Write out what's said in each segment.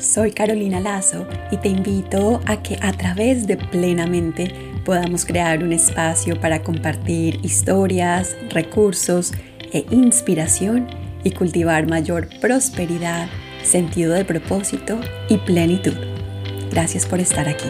Soy Carolina Lazo y te invito a que a través de Plenamente podamos crear un espacio para compartir historias, recursos e inspiración y cultivar mayor prosperidad, sentido de propósito y plenitud. Gracias por estar aquí.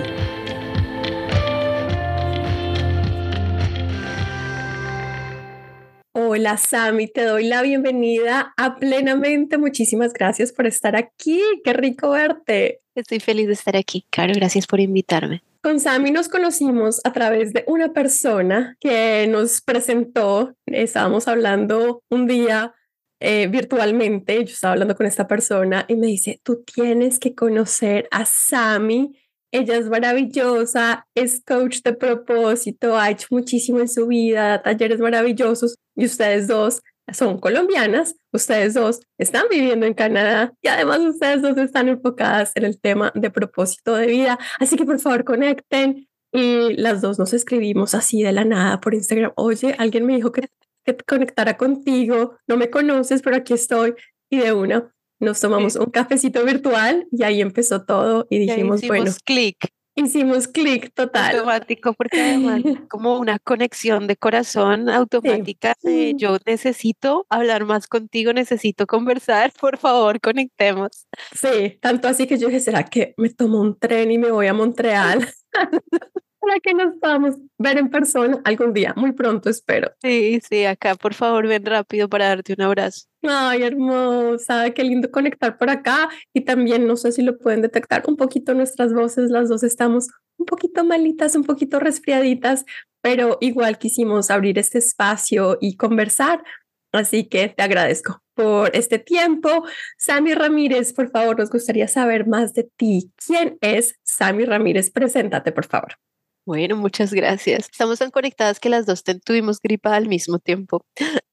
Hola Sami, te doy la bienvenida a Plenamente. Muchísimas gracias por estar aquí. Qué rico verte. Estoy feliz de estar aquí, Caro. Gracias por invitarme. Con Sami nos conocimos a través de una persona que nos presentó. Estábamos hablando un día virtualmente. Yo estaba hablando con esta persona y me dice, tú tienes que conocer a Sami. Ella es maravillosa, es coach de propósito, ha hecho muchísimo en su vida, talleres maravillosos y ustedes dos son colombianas, ustedes dos están viviendo en Canadá y además ustedes dos están enfocadas en el tema de propósito de vida. Así que por favor conecten y las dos nos escribimos así de la nada por Instagram. Oye, alguien me dijo que conectara contigo, no me conoces, pero aquí estoy y de una nos tomamos un cafecito virtual y ahí empezó todo y dijimos, bueno, hicimos clic total. Automático, porque además como una conexión de corazón automática de yo necesito hablar más contigo, necesito conversar, por favor, conectemos. Sí, tanto así que yo dije, ¿será que me tomo un tren y me voy a Montreal? Para que nos podamos ver en persona algún día, muy pronto espero. Sí, acá por favor ven rápido para darte un abrazo. Ay, hermosa, qué lindo conectar por acá y también no sé si lo pueden detectar un poquito nuestras voces, las dos estamos un poquito malitas, un poquito resfriaditas, pero igual quisimos abrir este espacio y conversar, así que te agradezco por este tiempo. Sami Ramírez, por favor, nos gustaría saber más de ti. ¿Quién es Sami Ramírez? Preséntate, por favor. Bueno, muchas gracias. Estamos tan conectadas que las dos tuvimos gripa al mismo tiempo.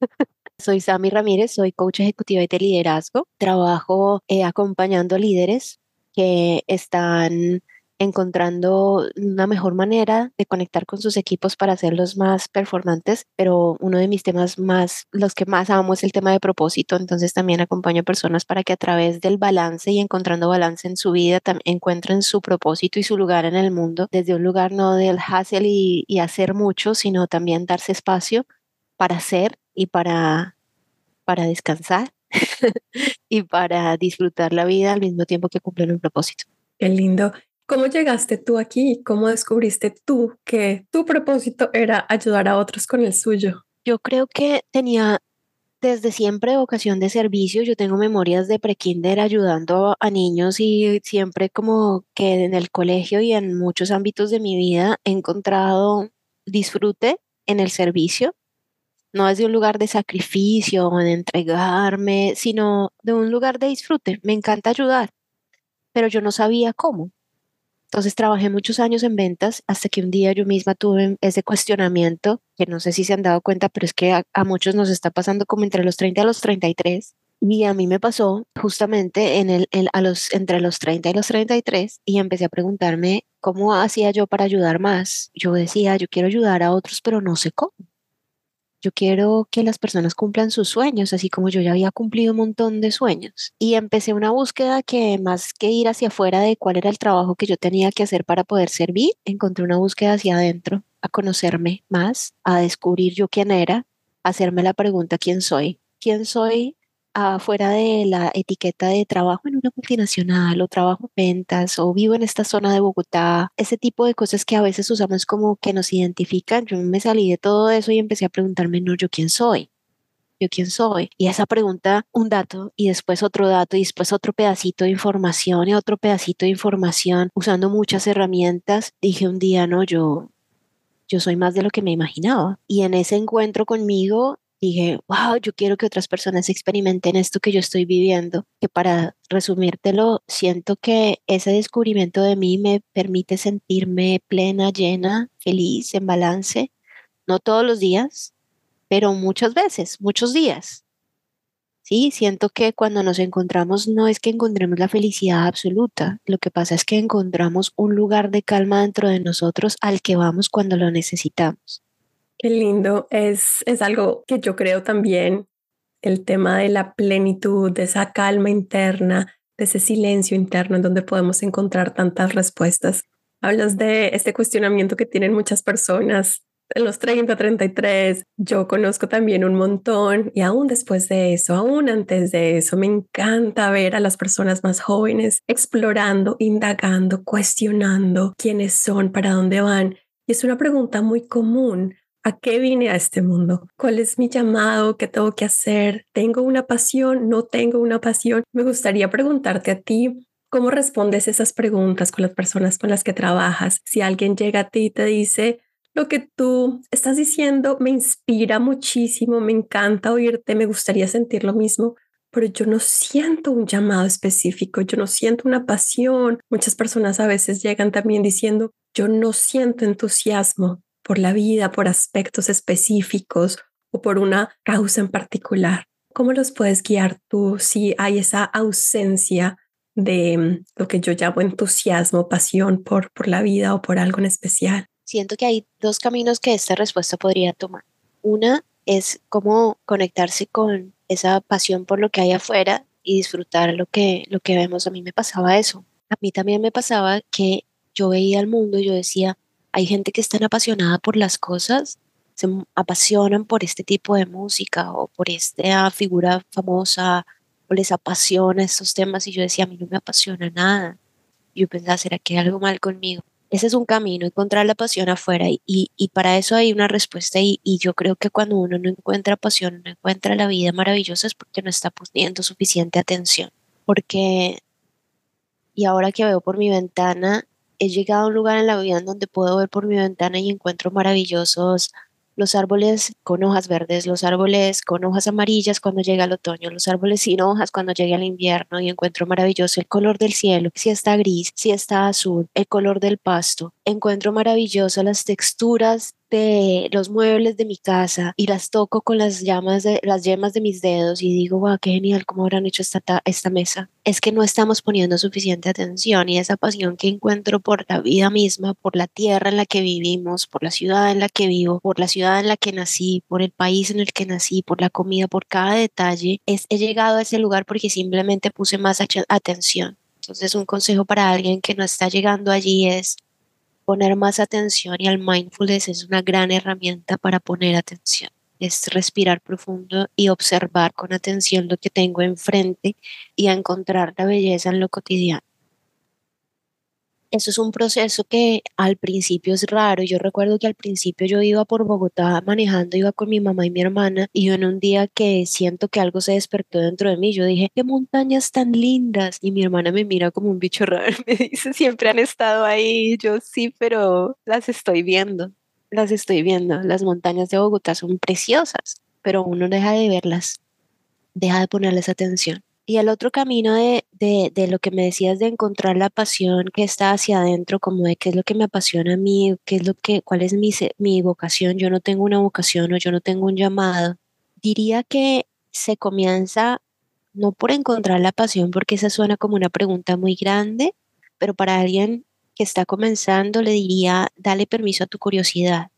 Soy Sami Ramírez, soy coach ejecutiva de liderazgo. Trabajo acompañando líderes que están encontrando una mejor manera de conectar con sus equipos para hacerlos más performantes, pero uno de mis temas los que más amo es el tema de propósito, entonces también acompaño a personas para que a través del balance y encontrando balance en su vida encuentren su propósito y su lugar en el mundo, desde un lugar no del hustle y hacer mucho, sino también darse espacio para hacer y para descansar y para disfrutar la vida al mismo tiempo que cumplir un propósito. Qué lindo. ¿Cómo llegaste tú aquí? ¿Cómo descubriste tú que tu propósito era ayudar a otros con el suyo? Yo creo que tenía desde siempre vocación de servicio. Yo tengo memorias de prekinder ayudando a niños y siempre como que en el colegio y en muchos ámbitos de mi vida he encontrado disfrute en el servicio, no desde un lugar de sacrificio o de entregarme, sino de un lugar de disfrute. Me encanta ayudar, pero yo no sabía cómo. Entonces trabajé muchos años en ventas hasta que un día yo misma tuve ese cuestionamiento, que no sé si se han dado cuenta, pero es que a muchos nos está pasando como entre los 30 a los 33. Y a mí me pasó justamente entre los 30 y los 33 y empecé a preguntarme cómo hacía yo para ayudar más. Yo decía, yo quiero ayudar a otros, pero no sé cómo. Yo quiero que las personas cumplan sus sueños, así como yo ya había cumplido un montón de sueños. Y empecé una búsqueda que más que ir hacia afuera de cuál era el trabajo que yo tenía que hacer para poder servir, encontré una búsqueda hacia adentro, a conocerme más, a descubrir yo quién era, a hacerme la pregunta quién soy. ¿Quién soy afuera de la etiqueta de trabajo en una multinacional o trabajo en ventas o vivo en esta zona de Bogotá? Ese tipo de cosas que a veces usamos como que nos identifican. Yo me salí de todo eso y empecé a preguntarme, no, ¿yo quién soy? ¿Yo quién soy? Y esa pregunta, un dato y después otro dato y después otro pedacito de información y otro pedacito de información, usando muchas herramientas, dije un día, no, yo soy más de lo que me imaginaba. Y en ese encuentro conmigo dije, wow, yo quiero que otras personas experimenten esto que yo estoy viviendo, que para resumírtelo, siento que ese descubrimiento de mí me permite sentirme plena, llena, feliz, en balance, no todos los días, pero muchas veces, muchos días. Sí, siento que cuando nos encontramos no es que encontremos la felicidad absoluta, lo que pasa es que encontramos un lugar de calma dentro de nosotros al que vamos cuando lo necesitamos. Qué lindo. Es algo que yo creo también, el tema de la plenitud, de esa calma interna, de ese silencio interno en donde podemos encontrar tantas respuestas. Hablas de este cuestionamiento que tienen muchas personas en los 33. Yo conozco también un montón y aún después de eso, aún antes de eso, me encanta ver a las personas más jóvenes explorando, indagando, cuestionando quiénes son, para dónde van. Y es una pregunta muy común. ¿A qué vine a este mundo? ¿Cuál es mi llamado? ¿Qué tengo que hacer? ¿Tengo una pasión? ¿No tengo una pasión? Me gustaría preguntarte a ti, ¿cómo respondes esas preguntas con las personas con las que trabajas? Si alguien llega a ti y te dice, lo que tú estás diciendo me inspira muchísimo, me encanta oírte, me gustaría sentir lo mismo, pero yo no siento un llamado específico, yo no siento una pasión. Muchas personas a veces llegan también diciendo, yo no siento entusiasmo por la vida, por aspectos específicos o por una causa en particular. ¿Cómo los puedes guiar tú si hay esa ausencia de lo que yo llamo entusiasmo, pasión por la vida o por algo en especial? Siento que hay dos caminos que esta respuesta podría tomar. Una es cómo conectarse con esa pasión por lo que hay afuera y disfrutar lo que vemos. A mí me pasaba eso. A mí también me pasaba que yo veía el mundo y yo decía, hay gente que es tan apasionada por las cosas, apasionan por este tipo de música o por esta figura famosa o les apasiona estos temas y yo decía, a mí no me apasiona nada. Yo pensaba, ¿será que hay algo mal conmigo? Ese es un camino, encontrar la pasión afuera y para eso hay una respuesta y yo creo que cuando uno no encuentra pasión, no encuentra la vida maravillosa es porque no está poniendo suficiente atención. Porque, y ahora que veo por mi ventana, he llegado a un lugar en la vida en donde puedo ver por mi ventana y encuentro maravillosos los árboles con hojas verdes, los árboles con hojas amarillas cuando llega el otoño, los árboles sin hojas cuando llega el invierno y encuentro maravilloso el color del cielo, si está gris, si está azul, el color del pasto. Encuentro maravilloso las texturas de los muebles de mi casa y las toco con las yemas de mis dedos y digo, wow, qué genial, cómo habrán hecho esta mesa. Es que no estamos poniendo suficiente atención y esa pasión que encuentro por la vida misma, por la tierra en la que vivimos, por la ciudad en la que vivo, por la ciudad en la que nací, por el país en el que nací, por la comida, por cada detalle, he llegado a ese lugar porque simplemente puse más atención. Entonces, un consejo para alguien que no está llegando allí es poner más atención y el mindfulness es una gran herramienta para poner atención. Es respirar profundo y observar con atención lo que tengo enfrente y a encontrar la belleza en lo cotidiano. Eso es un proceso que al principio es raro. Yo recuerdo que al principio yo iba por Bogotá manejando, iba con mi mamá y mi hermana, y yo en un día que siento que algo se despertó dentro de mí, yo dije, qué montañas tan lindas. Y mi hermana me mira como un bicho raro, me dice, siempre han estado ahí. Yo sí, pero las estoy viendo, las estoy viendo. Las montañas de Bogotá son preciosas, pero uno deja de verlas, deja de ponerles atención. Y el otro camino de lo que me decías de encontrar la pasión que está hacia adentro, como de qué es lo que me apasiona a mí, qué es cuál es mi vocación, yo no tengo una vocación o yo no tengo un llamado, diría que se comienza no por encontrar la pasión, porque esa suena como una pregunta muy grande, pero para alguien que está comenzando le diría, dale permiso a tu curiosidad.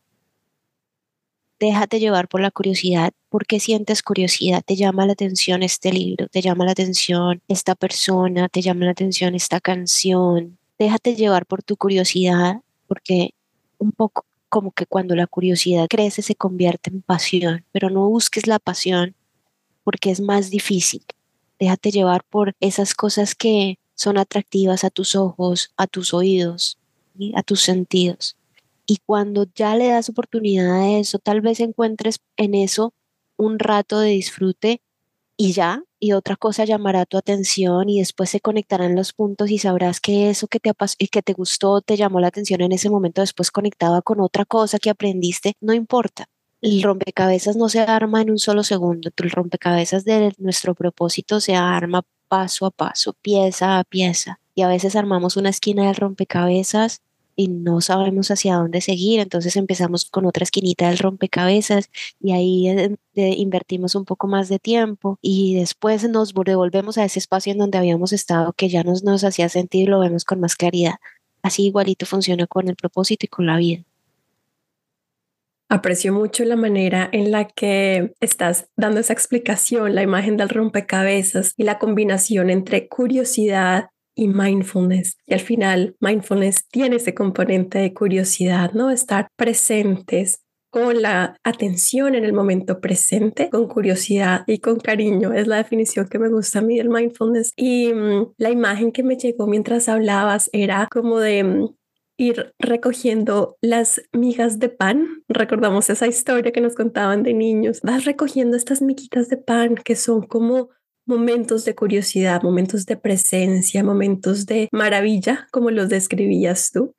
Déjate llevar por la curiosidad. ¿Por qué sientes curiosidad? ¿Te llama la atención este libro? ¿Te llama la atención esta persona? ¿Te llama la atención esta canción? Déjate llevar por tu curiosidad, porque un poco como que cuando la curiosidad crece se convierte en pasión, pero no busques la pasión porque es más difícil. Déjate llevar por esas cosas que son atractivas a tus ojos, a tus oídos, ¿sí? A tus sentidos. Y cuando ya le das oportunidad a eso, tal vez encuentres en eso un rato de disfrute y ya, y otra cosa llamará tu atención y después se conectarán los puntos y sabrás que eso que te gustó, te llamó la atención en ese momento, después conectaba con otra cosa que aprendiste, no importa. El rompecabezas no se arma en un solo segundo, el rompecabezas de nuestro propósito se arma paso a paso, pieza a pieza. Y a veces armamos una esquina del rompecabezas y no sabemos hacia dónde seguir, entonces empezamos con otra esquinita del rompecabezas y ahí invertimos un poco más de tiempo y después nos devolvemos a ese espacio en donde habíamos estado que ya nos hacía sentir y lo vemos con más claridad. Así igualito funciona con el propósito y con la vida. Aprecio mucho la manera en la que estás dando esa explicación, la imagen del rompecabezas y la combinación entre curiosidad y mindfulness. Y al final, mindfulness tiene ese componente de curiosidad, ¿no? Estar presentes con la atención en el momento presente, con curiosidad y con cariño. Es la definición que me gusta a mí del mindfulness. Y la imagen que me llegó mientras hablabas era como de ir recogiendo las migas de pan. Recordamos esa historia que nos contaban de niños. Vas recogiendo estas miguitas de pan que son como momentos de curiosidad, momentos de presencia, momentos de maravilla, como los describías tú.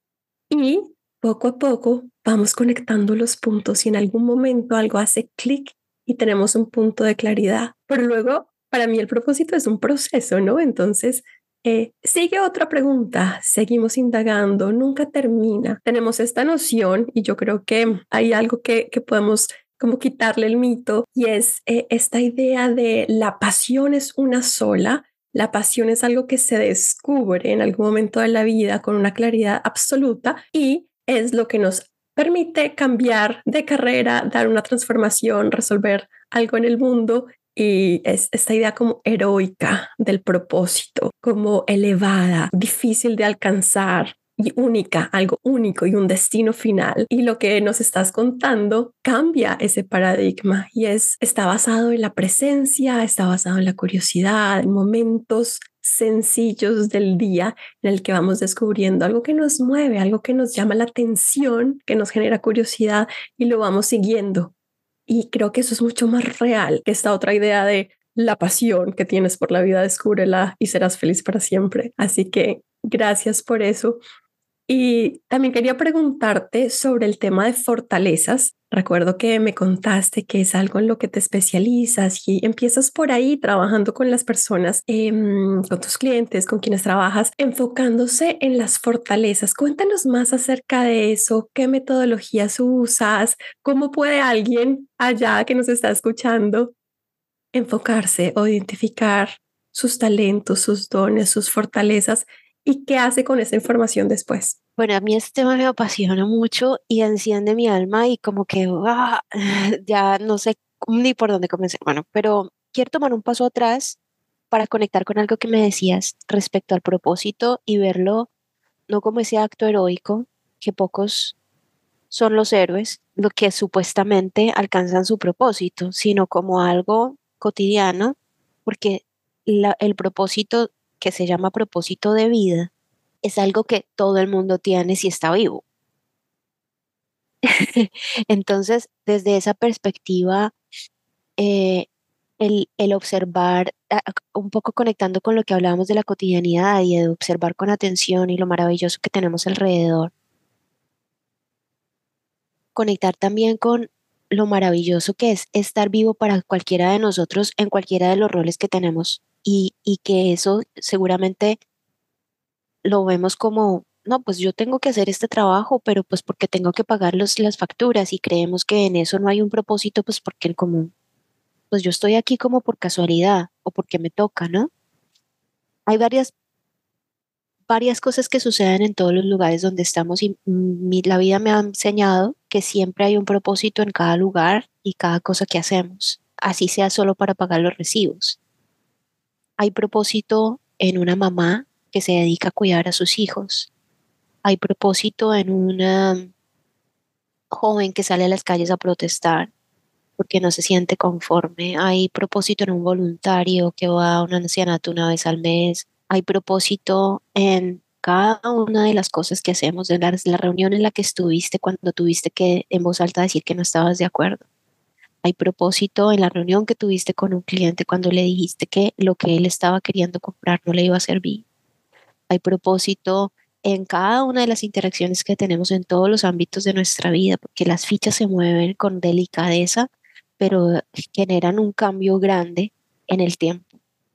Y poco a poco vamos conectando los puntos y en algún momento algo hace clic y tenemos un punto de claridad. Pero luego, para mí el propósito es un proceso, ¿no? Entonces, sigue otra pregunta, seguimos indagando, nunca termina. Tenemos esta noción y yo creo que hay algo que podemos como quitarle el mito y es esta idea de la pasión es una sola. La pasión es algo que se descubre en algún momento de la vida con una claridad absoluta y es lo que nos permite cambiar de carrera, dar una transformación, resolver algo en el mundo. Y es esta idea como heroica del propósito, como elevada, difícil de alcanzar y única, algo único y un destino final. Y lo que nos estás contando cambia ese paradigma y está basado en la presencia, está basado en la curiosidad, en momentos sencillos del día en el que vamos descubriendo algo que nos mueve, algo que nos llama la atención, que nos genera curiosidad y lo vamos siguiendo. Y creo que eso es mucho más real que esta otra idea de la pasión que tienes por la vida, descúbrela y serás feliz para siempre. Así que gracias por eso. Y también quería preguntarte sobre el tema de fortalezas. Recuerdo que me contaste que es algo en lo que te especializas y empiezas por ahí trabajando con las personas, con tus clientes, con quienes trabajas, enfocándose en las fortalezas. Cuéntanos más acerca de eso, qué metodologías usas, cómo puede alguien allá que nos está escuchando enfocarse o identificar sus talentos, sus dones, sus fortalezas y qué hace con esa información después. Bueno, a mí este tema me apasiona mucho y enciende mi alma y como que ya no sé ni por dónde comenzar. Bueno, pero quiero tomar un paso atrás para conectar con algo que me decías respecto al propósito y verlo no como ese acto heroico, que pocos son los héroes, lo que supuestamente alcanzan su propósito, sino como algo cotidiano, porque el propósito que se llama propósito de vida es algo que todo el mundo tiene si está vivo. Entonces, desde esa perspectiva, eh, el observar, un poco conectando con lo que hablábamos de la cotidianidad y de observar con atención y lo maravilloso que tenemos alrededor, conectar también con lo maravilloso que es estar vivo para cualquiera de nosotros en cualquiera de los roles que tenemos y que eso seguramente lo vemos como, no, pues yo tengo que hacer este trabajo, pero pues porque tengo que pagar las facturas y creemos que en eso no hay un propósito, pues porque el común, pues yo estoy aquí como por casualidad o porque me toca, ¿no? Hay varias cosas que suceden en todos los lugares donde estamos y la vida me ha enseñado que siempre hay un propósito en cada lugar y cada cosa que hacemos, así sea solo para pagar los recibos. Hay propósito en una mamá que se dedica a cuidar a sus hijos. Hay propósito en una joven que sale a las calles a protestar porque no se siente conforme. Hay propósito en un voluntario que va a un ancianato una vez al mes. Hay propósito en cada una de las cosas que hacemos, en la reunión en la que estuviste cuando tuviste que en voz alta decir que no estabas de acuerdo. Hay propósito en la reunión que tuviste con un cliente cuando le dijiste que lo que él estaba queriendo comprar no le iba a servir. Hay propósito en cada una de las interacciones que tenemos en todos los ámbitos de nuestra vida, porque las fichas se mueven con delicadeza, pero generan un cambio grande en el tiempo.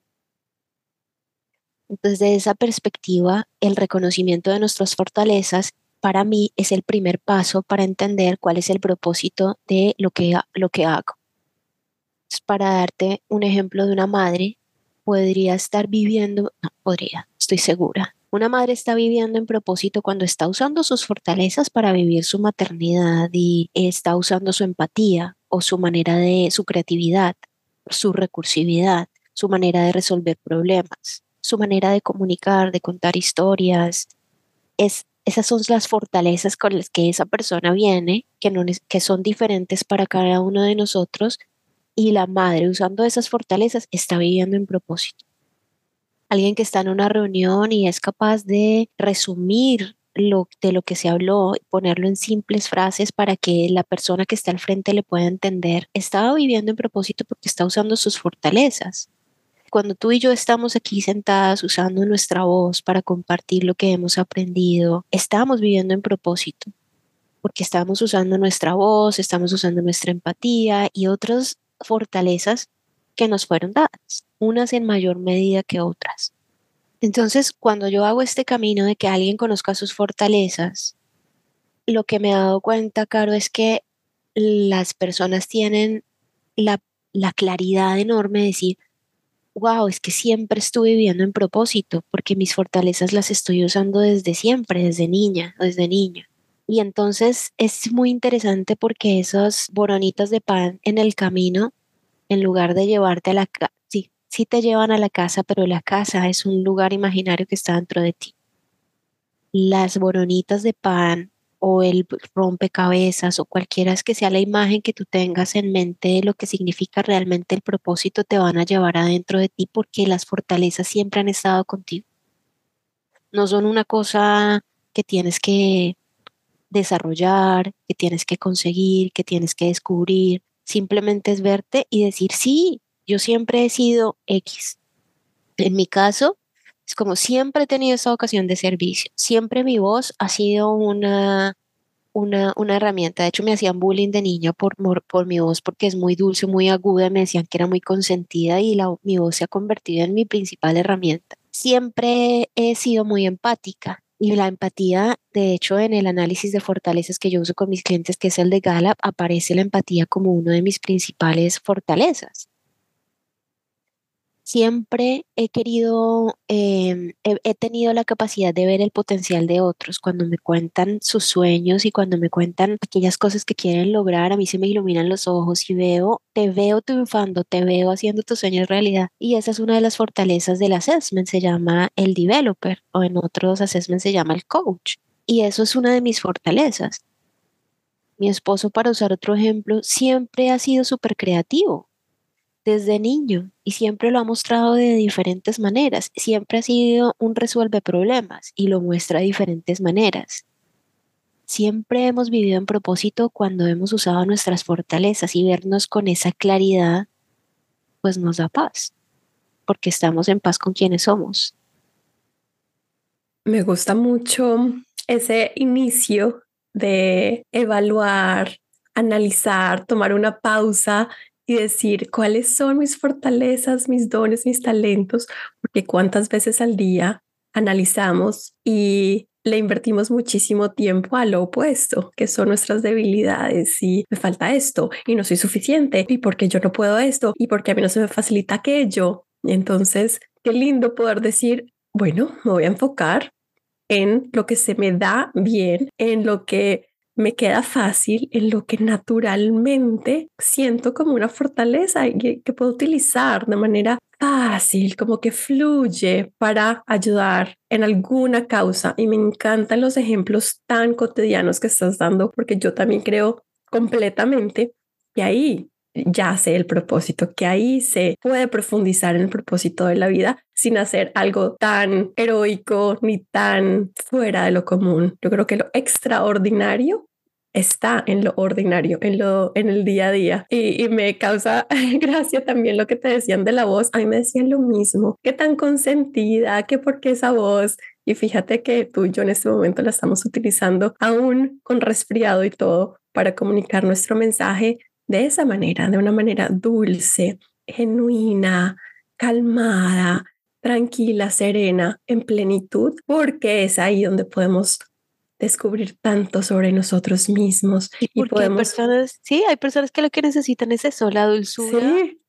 Entonces, desde esa perspectiva, el reconocimiento de nuestras fortalezas para mí es el primer paso para entender cuál es el propósito de lo que hago. Entonces, para darte un ejemplo de una madre, podría estar viviendo, no podría, estoy segura, Una madre está viviendo en propósito cuando está usando sus fortalezas para vivir su maternidad y está usando su empatía o su manera de su creatividad, su recursividad, su manera de resolver problemas, su manera de comunicar, de contar historias. Esas son las fortalezas con las que esa persona viene, que son diferentes para cada uno de nosotros, y la madre usando esas fortalezas está viviendo en propósito. Alguien que está en una reunión y es capaz de resumir de lo que se habló, ponerlo en simples frases para que la persona que está al frente le pueda entender, estaba viviendo en propósito porque está usando sus fortalezas. Cuando tú y yo estamos aquí sentadas usando nuestra voz para compartir lo que hemos aprendido, estamos viviendo en propósito, porque estamos usando nuestra voz, estamos usando nuestra empatía y otras fortalezas que nos fueron dadas, unas en mayor medida que otras. Entonces, cuando yo hago este camino de que alguien conozca sus fortalezas, lo que me he dado cuenta, Caro, es que las personas tienen la, la claridad enorme de decir, wow, es que siempre estuve viviendo en propósito, porque mis fortalezas las estoy usando desde siempre, desde niña, desde niño. Y entonces es muy interesante porque esas boronitas de pan en el camino, en lugar de llevarte a la casa, sí, sí te llevan a la casa, pero la casa es un lugar imaginario que está dentro de ti. Las boronitas de pan o el rompecabezas o cualquiera que sea la imagen que tú tengas en mente de lo que significa realmente el propósito te van a llevar adentro de ti porque las fortalezas siempre han estado contigo. No son una cosa que tienes que desarrollar, que tienes que conseguir, que tienes que descubrir. Simplemente es verte y decir, sí, yo siempre he sido X. En mi caso, es como siempre he tenido esa vocación de servicio. Siempre mi voz ha sido una herramienta. De hecho, me hacían bullying de niña por mi voz porque es muy dulce, muy aguda. Me decían que era muy consentida y mi voz se ha convertido en mi principal herramienta. Siempre he sido muy empática. Y la empatía, de hecho, en el análisis de fortalezas que yo uso con mis clientes, que es el de Gallup, aparece la empatía como una de mis principales fortalezas. Siempre he querido, he tenido la capacidad de ver el potencial de otros. Cuando me cuentan sus sueños y cuando me cuentan aquellas cosas que quieren lograr, a mí se me iluminan los ojos y te veo triunfando, te veo haciendo tus sueños realidad. Y esa es una de las fortalezas del assessment, se llama el developer o en otros assessments se llama el coach. Y eso es una de mis fortalezas. Mi esposo, para usar otro ejemplo, siempre ha sido súper creativo desde niño y siempre lo ha mostrado de diferentes maneras. Siempre ha sido un resuelve problemas y lo muestra de diferentes maneras. Siempre hemos vivido en propósito cuando hemos usado nuestras fortalezas y vernos con esa claridad, pues nos da paz, porque estamos en paz con quienes somos. Me gusta mucho ese inicio de evaluar, analizar, tomar una pausa y decir cuáles son mis fortalezas, mis dones, mis talentos, porque cuántas veces al día analizamos y le invertimos muchísimo tiempo a lo opuesto, que son nuestras debilidades y me falta esto y no soy suficiente y porque yo no puedo esto y porque a mí no se me facilita aquello. Y entonces, qué lindo poder decir, bueno, me voy a enfocar en lo que se me da bien, en lo que me queda fácil, en lo que naturalmente siento como una fortaleza y que puedo utilizar de manera fácil, como que fluye para ayudar en alguna causa. Y me encantan los ejemplos tan cotidianos que estás dando, porque yo también creo completamente que ahí ya sé el propósito, que ahí se puede profundizar en el propósito de la vida sin hacer algo tan heroico ni tan fuera de lo común. Yo creo que lo extraordinario está en lo ordinario, en el día a día. Y me causa gracia también lo que te decían de la voz. A mí me decían lo mismo, qué tan consentida, que por qué esa voz. Y fíjate que tú y yo en este momento la estamos utilizando aún con resfriado y todo para comunicar nuestro mensaje de esa manera, de una manera dulce, genuina, calmada, tranquila, serena, en plenitud, porque es ahí donde podemos descubrir tanto sobre nosotros mismos y Porque hay podemos, personas, sí, hay personas que lo que necesitan es eso, la dulzura sí,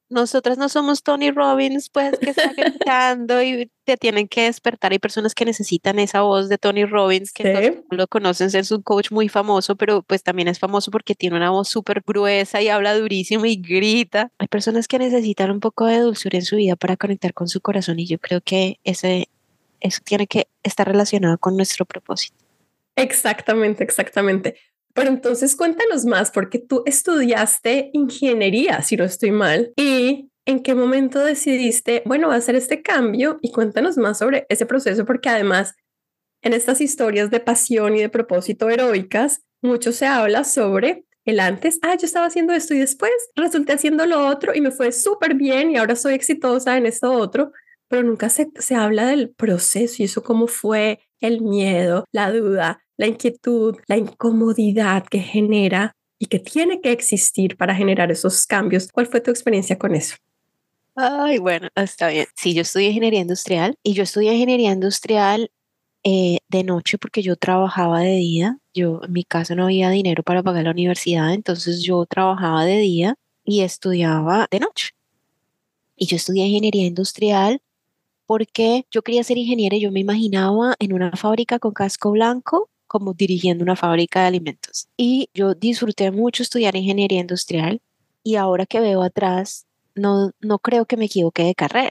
nosotras no somos Tony Robbins, pues, que está gritando y te tienen que despertar. Hay personas que necesitan esa voz de Tony Robbins, que entonces Sí, lo conocen, es un coach muy famoso, pero pues también es famoso porque tiene una voz súper gruesa y habla durísimo y grita. Hay personas que necesitan un poco de dulzura en su vida para conectar con su corazón y yo creo que eso tiene que estar relacionado con nuestro propósito. exactamente, exactamente. Pero entonces cuéntanos más, porque tú estudiaste ingeniería, si no estoy mal, y en qué momento decidiste, bueno, hacer este cambio y cuéntanos más sobre ese proceso, porque además en estas historias de pasión y de propósito heroicas, mucho se habla sobre el antes, yo estaba haciendo esto y después resulté haciendo lo otro y me fue súper bien y ahora soy exitosa en esto otro, pero nunca se habla del proceso y eso cómo fue el miedo, la duda, la inquietud, la incomodidad que genera y que tiene que existir para generar esos cambios. ¿Cuál fue tu experiencia con eso? Ay, bueno, está bien. Sí, yo estudié ingeniería industrial y yo estudié ingeniería industrial de noche porque yo trabajaba de día. Yo en mi casa no había dinero para pagar la universidad, entonces yo trabajaba de día y estudiaba de noche. Y yo estudié ingeniería industrial porque yo quería ser ingeniera y yo me imaginaba en una fábrica con casco blanco como dirigiendo una fábrica de alimentos. Y yo disfruté mucho estudiar ingeniería industrial y ahora que veo atrás, no creo que me equivoqué de carrera.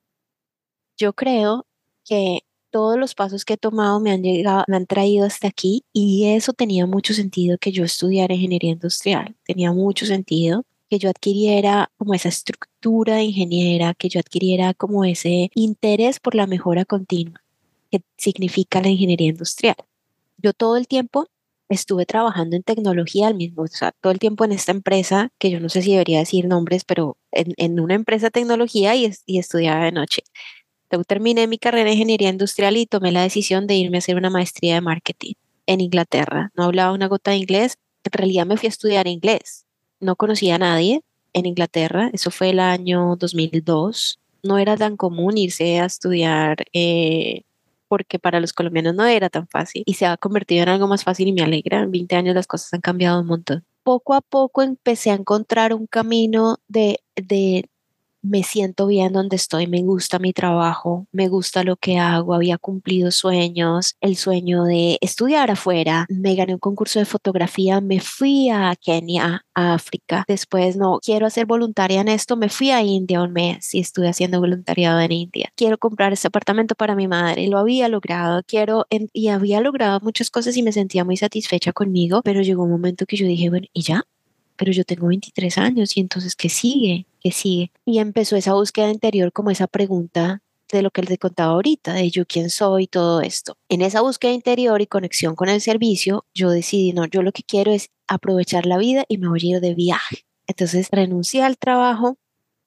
Yo creo que todos los pasos que he tomado me han traído hasta aquí y eso tenía mucho sentido que yo estudiara ingeniería industrial. Tenía mucho sentido que yo adquiriera como esa estructura de ingeniera, que yo adquiriera como ese interés por la mejora continua que significa la ingeniería industrial. Yo todo el tiempo estuve trabajando en tecnología al mismo, o sea, todo el tiempo en esta empresa, que yo no sé si debería decir nombres, pero en una empresa de tecnología y estudiaba de noche. Luego terminé mi carrera de ingeniería industrial y tomé la decisión de irme a hacer una maestría de marketing en Inglaterra. No hablaba una gota de inglés. En realidad me fui a estudiar inglés. No conocía a nadie en Inglaterra. Eso fue el año 2002. No era tan común irse a estudiar porque para los colombianos no era tan fácil y se ha convertido en algo más fácil y me alegra. En 20 años las cosas han cambiado un montón. Poco a poco empecé a encontrar un camino de me siento bien donde estoy, me gusta mi trabajo, me gusta lo que hago, había cumplido sueños, el sueño de estudiar afuera, me gané un concurso de fotografía, me fui a Kenia, a África, después no, quiero hacer voluntaria en esto, me fui a India un mes y estuve haciendo voluntariado en India, quiero comprar ese apartamento para mi madre, lo había logrado, y había logrado muchas cosas y me sentía muy satisfecha conmigo, pero llegó un momento que yo dije, bueno, ¿y ya? Pero yo tengo 23 años y entonces, ¿qué sigue? ¿Qué sigue? Y empezó esa búsqueda interior como esa pregunta de lo que les contaba ahorita, de yo quién soy y todo esto. En esa búsqueda interior y conexión con el servicio, yo decidí, no, yo lo que quiero es aprovechar la vida y me voy a ir de viaje. Entonces renuncié al trabajo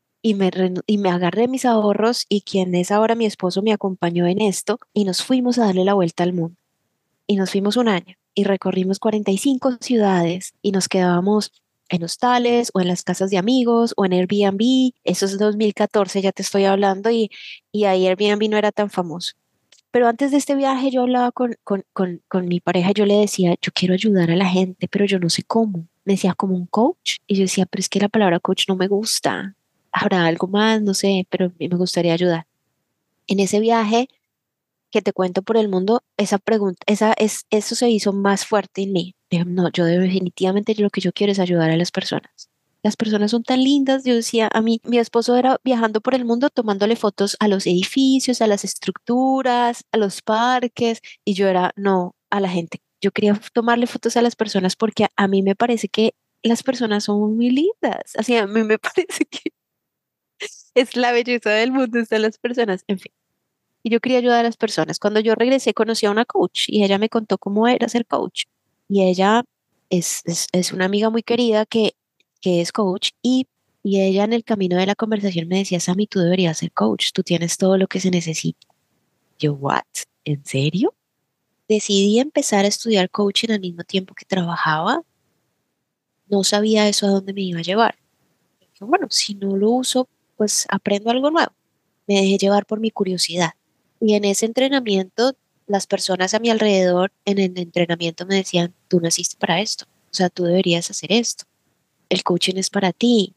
y me agarré mis ahorros y quien es ahora mi esposo me acompañó en esto y nos fuimos a darle la vuelta al mundo. Y nos fuimos un año y recorrimos 45 ciudades y nos quedábamos en hostales o en las casas de amigos o en Airbnb. Eso es 2014, ya te estoy hablando, y ahí Airbnb no era tan famoso. Pero antes de este viaje yo hablaba con mi pareja, yo le decía, yo quiero ayudar a la gente, pero yo no sé cómo. Me decía, como un coach. Y yo decía, pero es que la palabra coach no me gusta. Habrá algo más, no sé, pero me gustaría ayudar. En ese viaje que te cuento por el mundo, esa pregunta, eso se hizo más fuerte en mí. Dije, no, definitivamente lo que yo quiero es ayudar a las personas. Las personas son tan lindas. Yo decía, a mí, mi esposo era viajando por el mundo tomándole fotos a los edificios, a las estructuras, a los parques, y yo era, no, a la gente. Yo quería tomarle fotos a las personas porque a mí me parece que las personas son muy lindas. Así a mí me parece que es la belleza del mundo, están las personas. En fin, y yo quería ayudar a las personas. Cuando yo regresé, conocí a una coach y ella me contó cómo era ser coach. Y ella es una amiga muy querida que es coach y ella en el camino de la conversación me decía, Sammy, tú deberías ser coach, tú tienes todo lo que se necesita. Yo, ¿what? ¿En serio? Decidí empezar a estudiar coaching al mismo tiempo que trabajaba. No sabía eso a dónde me iba a llevar. Dije, bueno, si no lo uso, pues aprendo algo nuevo. Me dejé llevar por mi curiosidad. Y en ese entrenamiento, las personas a mi alrededor en el entrenamiento me decían, tú naciste para esto, o sea, tú deberías hacer esto, el coaching es para ti.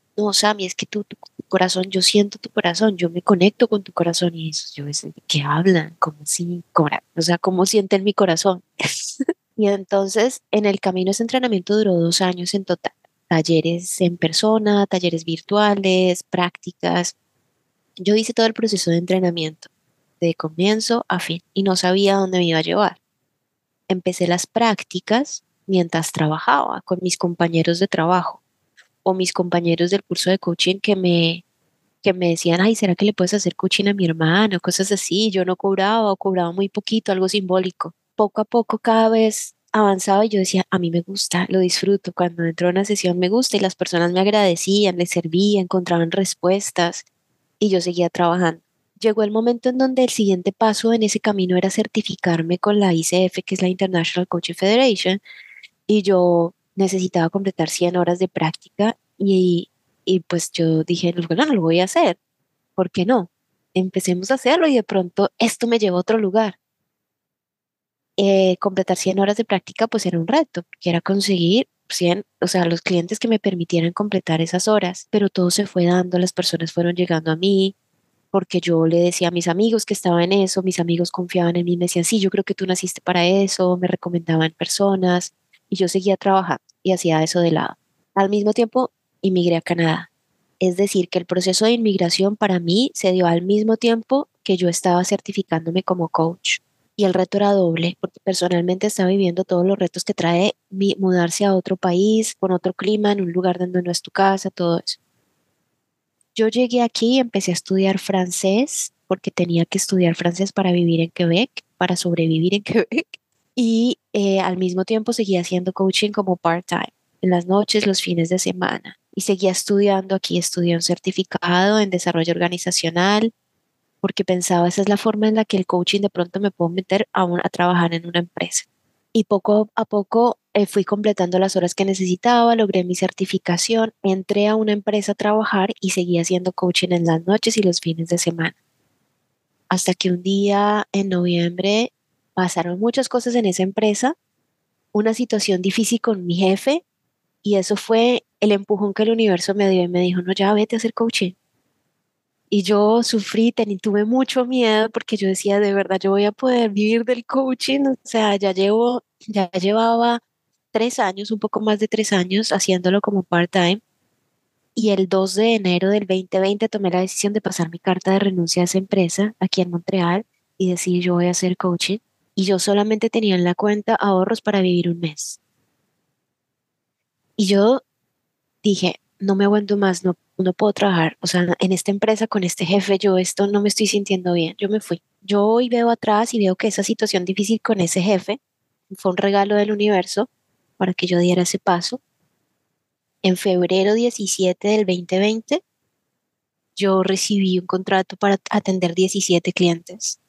no, Sammy, es que tu corazón, yo siento tu corazón, yo me conecto con tu corazón y eso, yo decía, ¿de qué hablan? ¿Cómo así? O sea, ¿cómo sienten mi corazón? Y entonces, en el camino ese entrenamiento duró 2 años en total. Talleres en persona, talleres virtuales, prácticas. Yo hice todo el proceso de entrenamiento, de comienzo a fin, y no sabía dónde me iba a llevar. Empecé las prácticas mientras trabajaba con mis compañeros de trabajo o mis compañeros del curso de coaching que me decían, ay, ¿será que le puedes hacer coaching a mi hermano? Cosas así. Yo no cobraba o cobraba muy poquito, algo simbólico. Poco a poco cada vez avanzaba y yo decía, a mí me gusta, lo disfruto. Cuando entro a una sesión me gusta y las personas me agradecían, les servía, encontraban respuestas y yo seguía trabajando. Llegó el momento en donde el siguiente paso en ese camino era certificarme con la ICF, que es la International Coaching Federation, y yo necesitaba completar 100 horas de práctica y pues yo dije, bueno, lo voy a hacer, ¿por qué no? Empecemos a hacerlo y de pronto esto me llevó a otro lugar. Completar 100 horas de práctica pues era un reto, porque era conseguir 100, o sea, los clientes que me permitieran completar esas horas, pero todo se fue dando, las personas fueron llegando a mí, porque yo le decía a mis amigos que estaba en eso, mis amigos confiaban en mí, me decían, sí, yo creo que tú naciste para eso, me recomendaban personas y yo seguía trabajando y hacía eso de lado. Al mismo tiempo, inmigré a Canadá. Es decir, que el proceso de inmigración para mí se dio al mismo tiempo que yo estaba certificándome como coach. Y el reto era doble, porque personalmente estaba viviendo todos los retos que trae mudarse a otro país, con otro clima, en un lugar donde no es tu casa, todo eso. Yo llegué aquí y empecé a estudiar francés porque tenía que estudiar francés para vivir en Quebec, para sobrevivir en Quebec. Y al mismo tiempo seguía haciendo coaching como part-time, en las noches, los fines de semana. Y seguía estudiando, aquí estudié un certificado en desarrollo organizacional porque pensaba esa es la forma en la que el coaching de pronto me puedo meter a trabajar en una empresa. Y poco a poco fui completando las horas que necesitaba, logré mi certificación, entré a una empresa a trabajar y seguí haciendo coaching en las noches y los fines de semana. Hasta que un día en noviembre pasaron muchas cosas en esa empresa, una situación difícil con mi jefe y eso fue el empujón que el universo me dio y me dijo, no, ya vete a hacer coaching. Y yo sufrí, tuve mucho miedo porque yo decía, de verdad, yo voy a poder vivir del coaching. O sea, ya llevaba 3 años, un poco más de 3 años haciéndolo como part-time. Y el 2 de enero del 2020 tomé la decisión de pasar mi carta de renuncia a esa empresa aquí en Montreal y decir, yo voy a hacer coaching. Y yo solamente tenía en la cuenta ahorros para vivir un mes. Y yo dije, no me aguanto más, no, no puedo trabajar, o sea, en esta empresa con este jefe, yo esto no me estoy sintiendo bien, yo me fui. Yo hoy veo atrás y veo que esa situación difícil con ese jefe fue un regalo del universo para que yo diera ese paso. En febrero 17 del 2020, yo recibí un contrato para atender 17 clientes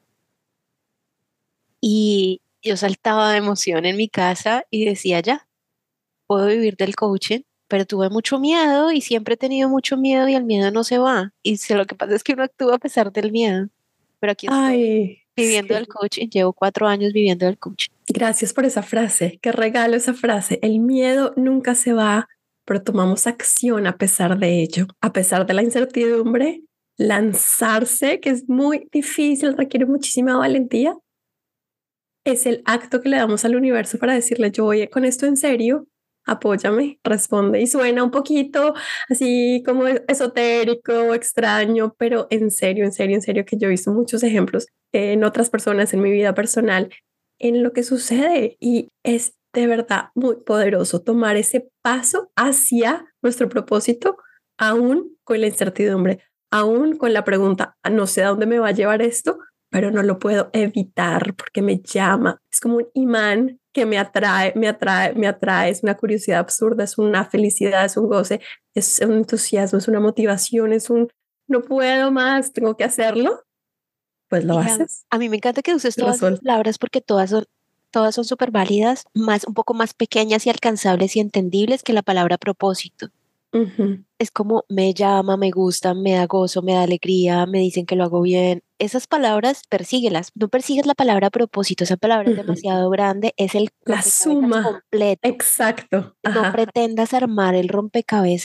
y yo saltaba de emoción en mi casa y decía, ya, puedo vivir del coaching, pero tuve mucho miedo y siempre he tenido mucho miedo y el miedo no se va. Y lo que pasa es que uno actúa a pesar del miedo. Pero aquí estoy Ay, viviendo sí. del coaching, llevo 4 años viviendo del coaching. Gracias por esa frase. Qué regalo esa frase. El miedo nunca se va, pero tomamos acción a pesar de ello. A pesar de la incertidumbre, lanzarse, que es muy difícil, requiere muchísima valentía, es el acto que le damos al universo para decirle, yo voy con esto en serio, apóyame, responde. Y suena un poquito así como esotérico, extraño, pero en serio, en serio, en serio, que yo he visto muchos ejemplos en otras personas, en mi vida personal, en lo que sucede. Y es de verdad muy poderoso tomar ese paso hacia nuestro propósito, aún con la incertidumbre, aún con la pregunta, no sé a dónde me va a llevar esto, pero no lo puedo evitar porque me llama. Es como un imán que me atrae, me atrae, me atrae. Es una curiosidad absurda, es una felicidad, es un goce, es un entusiasmo, es una motivación, es un no puedo más, tengo que hacerlo. Pues lo Y haces a mí me encanta que uses y lo todas esas sueltas. palabras porque todas son súper válidas, un poco más pequeñas y alcanzables y entendibles que la palabra propósito. Ujú, Es como me llama, me gusta, me da gozo, me da alegría, me dicen que lo hago bien. Esas palabras, persíguelas. No persigues la palabra propósito, esa palabra es ujú. demasiado grande, es el La rompecabezas suma, completo. exacto. No Ajá. pretendas armar el rompecabezas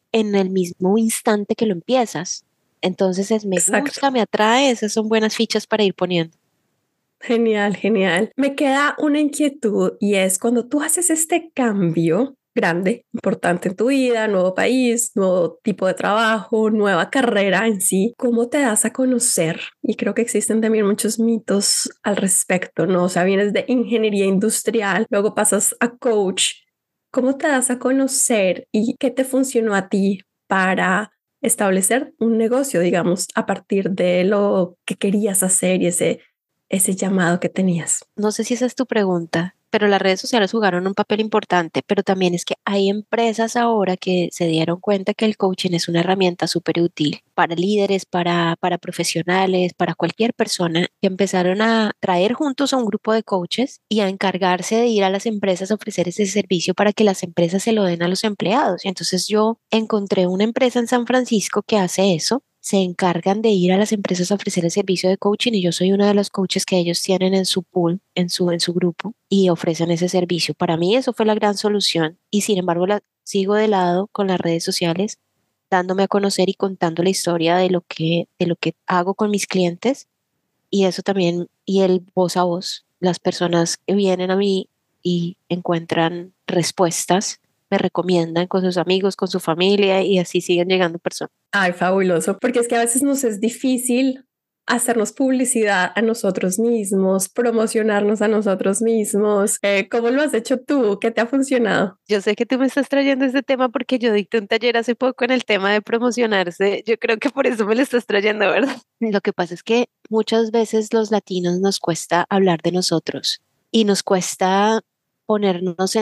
en el mismo instante que lo empiezas. Entonces me Exacto. gusta, me atrae, esas son buenas fichas para ir poniendo. Genial, genial. Me queda una inquietud y es cuando tú haces este cambio grande, importante en tu vida, nuevo país, nuevo tipo de trabajo, nueva carrera en sí, ¿cómo te das a conocer? Y creo que existen también muchos mitos al respecto, ¿no? O sea, vienes de ingeniería industrial, luego pasas a coach. ¿Cómo te das a conocer y qué te funcionó a ti para establecer un negocio, digamos, a partir de lo que querías hacer y ese llamado que tenías? No sé si esa es tu pregunta, pero las redes sociales jugaron un papel importante, pero también es que hay empresas ahora que se dieron cuenta que el coaching es una herramienta súper útil para líderes, para profesionales, para cualquier persona, que empezaron a traer juntos a un grupo de coaches y a encargarse de ir a las empresas a ofrecer ese servicio para que las empresas se lo den a los empleados. Y entonces yo encontré una empresa en San Francisco que hace eso, se encargan de ir a las empresas a ofrecer el servicio de coaching y yo soy una de los coaches que ellos tienen en su pool, en su grupo y ofrecen ese servicio. Para mí eso fue la gran solución y sin embargo sigo de lado con las redes sociales, dándome a conocer y contando la historia de lo que hago con mis clientes y eso también, y el voz a voz, las personas que vienen a mí y encuentran respuestas, me recomiendan con sus amigos, con su familia y así siguen llegando personas. Ay, fabuloso, porque es que a veces nos es difícil hacernos publicidad a nosotros mismos, promocionarnos a nosotros mismos. ¿Cómo lo has hecho tú? ¿Qué te ha funcionado? Yo sé que tú me estás trayendo este tema porque yo dicté un taller hace poco en el tema de promocionarse. Yo creo que por eso me lo estás trayendo, ¿verdad? Lo que pasa es que muchas veces los latinos nos cuesta hablar de nosotros y nos cuesta ponernos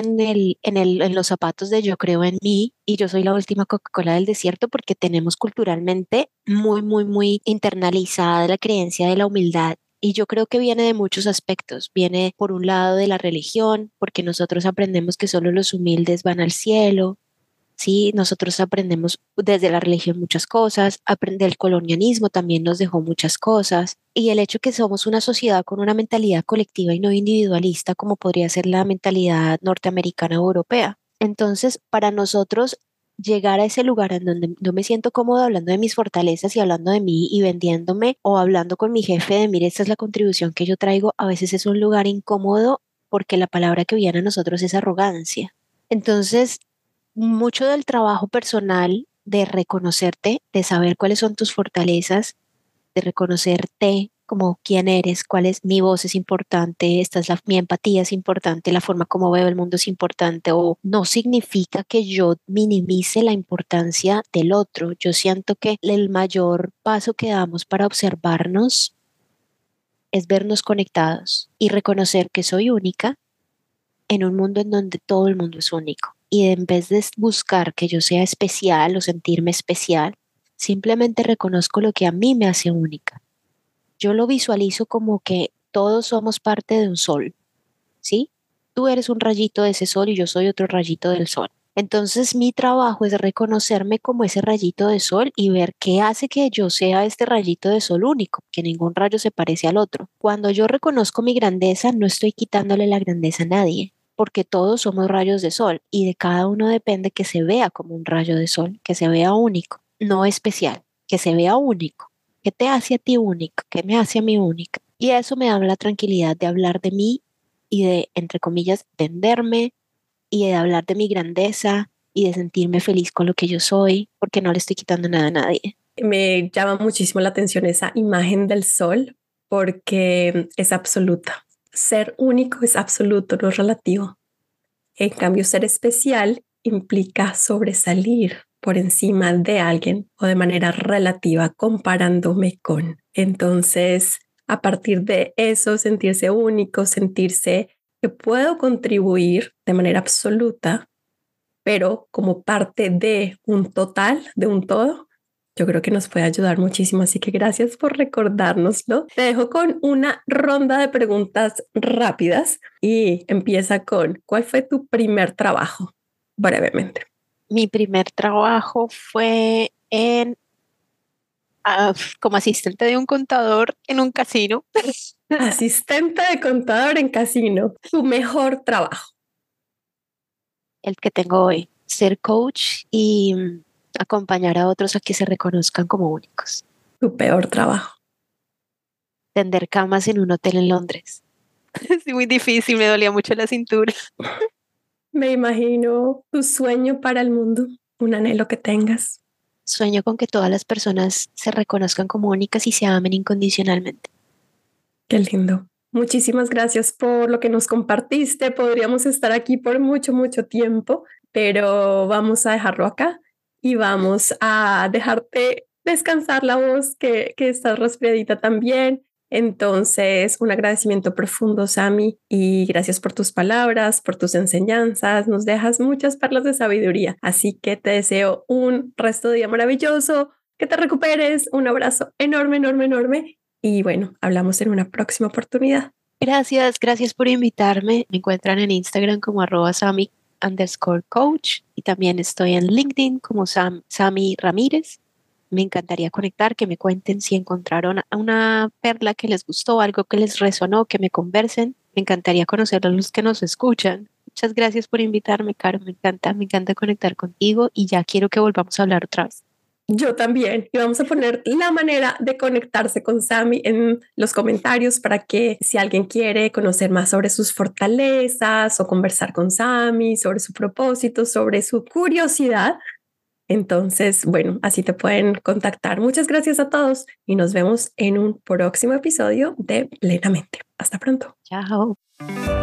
en los zapatos de yo creo en mí y yo soy la última Coca-Cola del desierto porque tenemos culturalmente muy, muy, muy internalizada la creencia de la humildad. Y yo creo que viene de muchos aspectos. Viene por un lado de la religión, porque nosotros aprendemos que solo los humildes van al cielo. Sí, nosotros aprendemos desde la religión muchas cosas, el colonialismo también nos dejó muchas cosas y el hecho que somos una sociedad con una mentalidad colectiva y no individualista como podría ser la mentalidad norteamericana o europea. Entonces, para nosotros llegar a ese lugar en donde yo me siento cómodo hablando de mis fortalezas y hablando de mí y vendiéndome o hablando con mi jefe de, mire, esta es la contribución que yo traigo, a veces es un lugar incómodo porque la palabra que viene a nosotros es arrogancia. Entonces, mucho del trabajo personal, de reconocerte, de saber cuáles son tus fortalezas, de reconocerte como quién eres, cuál es mi voz es importante, mi empatía es importante, la forma como veo el mundo es importante, o no significa que yo minimice la importancia del otro. Yo siento que el mayor paso que damos para observarnos es vernos conectados y reconocer que soy única en un mundo en donde todo el mundo es único. Y en vez de buscar que yo sea especial o sentirme especial, simplemente reconozco lo que a mí me hace única. Yo lo visualizo como que todos somos parte de un sol, ¿sí? Tú eres un rayito de ese sol y yo soy otro rayito del sol. Entonces mi trabajo es reconocerme como ese rayito de sol y ver qué hace que yo sea este rayito de sol único, que ningún rayo se parece al otro. Cuando yo reconozco mi grandeza, no estoy quitándole la grandeza a nadie, porque todos somos rayos de sol y de cada uno depende que se vea como un rayo de sol, que se vea único, no especial, que se vea único. ¿Qué te hace a ti único? ¿Qué me hace a mí única? Y eso me da la tranquilidad de hablar de mí y de, entre comillas, venderme y de hablar de mi grandeza y de sentirme feliz con lo que yo soy, porque no le estoy quitando nada a nadie. Me llama muchísimo la atención esa imagen del sol porque es absoluta. Ser único es absoluto, no es relativo. En cambio, ser especial implica sobresalir por encima de alguien o de manera relativa comparándome con. Entonces, a partir de eso, sentirse único, sentirse que puedo contribuir de manera absoluta, pero como parte de un total, de un todo, yo creo que nos puede ayudar muchísimo. Así que gracias por recordárnoslo. Te dejo con una ronda de preguntas rápidas y empieza con, ¿cuál fue tu primer trabajo? Brevemente. Mi primer trabajo fue como asistente de un contador en un casino. Asistente de contador en casino. Tu mejor trabajo. El que tengo hoy, ser coach y acompañar a otros a que se reconozcan como únicos. Tu peor trabajo. Tender camas en un hotel en Londres. Es muy difícil, me dolía mucho la cintura. Me imagino tu sueño para el mundo, un anhelo que tengas. Sueño con que todas las personas se reconozcan como únicas y se amen incondicionalmente. Qué lindo. Muchísimas gracias por lo que nos compartiste. Podríamos estar aquí por mucho, mucho tiempo, pero vamos a dejarlo acá y vamos a dejarte descansar la voz que estás resfriadita también. Entonces, un agradecimiento profundo, Sami, y gracias por tus palabras, por tus enseñanzas. Nos dejas muchas perlas de sabiduría. Así que te deseo un resto de día maravilloso, que te recuperes. Un abrazo enorme, enorme, enorme. Y bueno, hablamos en una próxima oportunidad. Gracias por invitarme. Me encuentran en Instagram como @Sami_coach y también estoy en LinkedIn como Sami Ramírez. Me encantaría conectar, que me cuenten si encontraron una perla que les gustó, algo que les resonó, que me conversen. Me encantaría conocer a los que nos escuchan. Muchas gracias por invitarme, Caro. Me encanta conectar contigo y ya quiero que volvamos a hablar otra vez. Yo también. Y vamos a poner la manera de conectarse con Sami en los comentarios para que si alguien quiere conocer más sobre sus fortalezas o conversar con Sami sobre su propósito, sobre su curiosidad, entonces, bueno, así te pueden contactar. Muchas gracias a todos y nos vemos en un próximo episodio de Plenamente. Hasta pronto. Chao.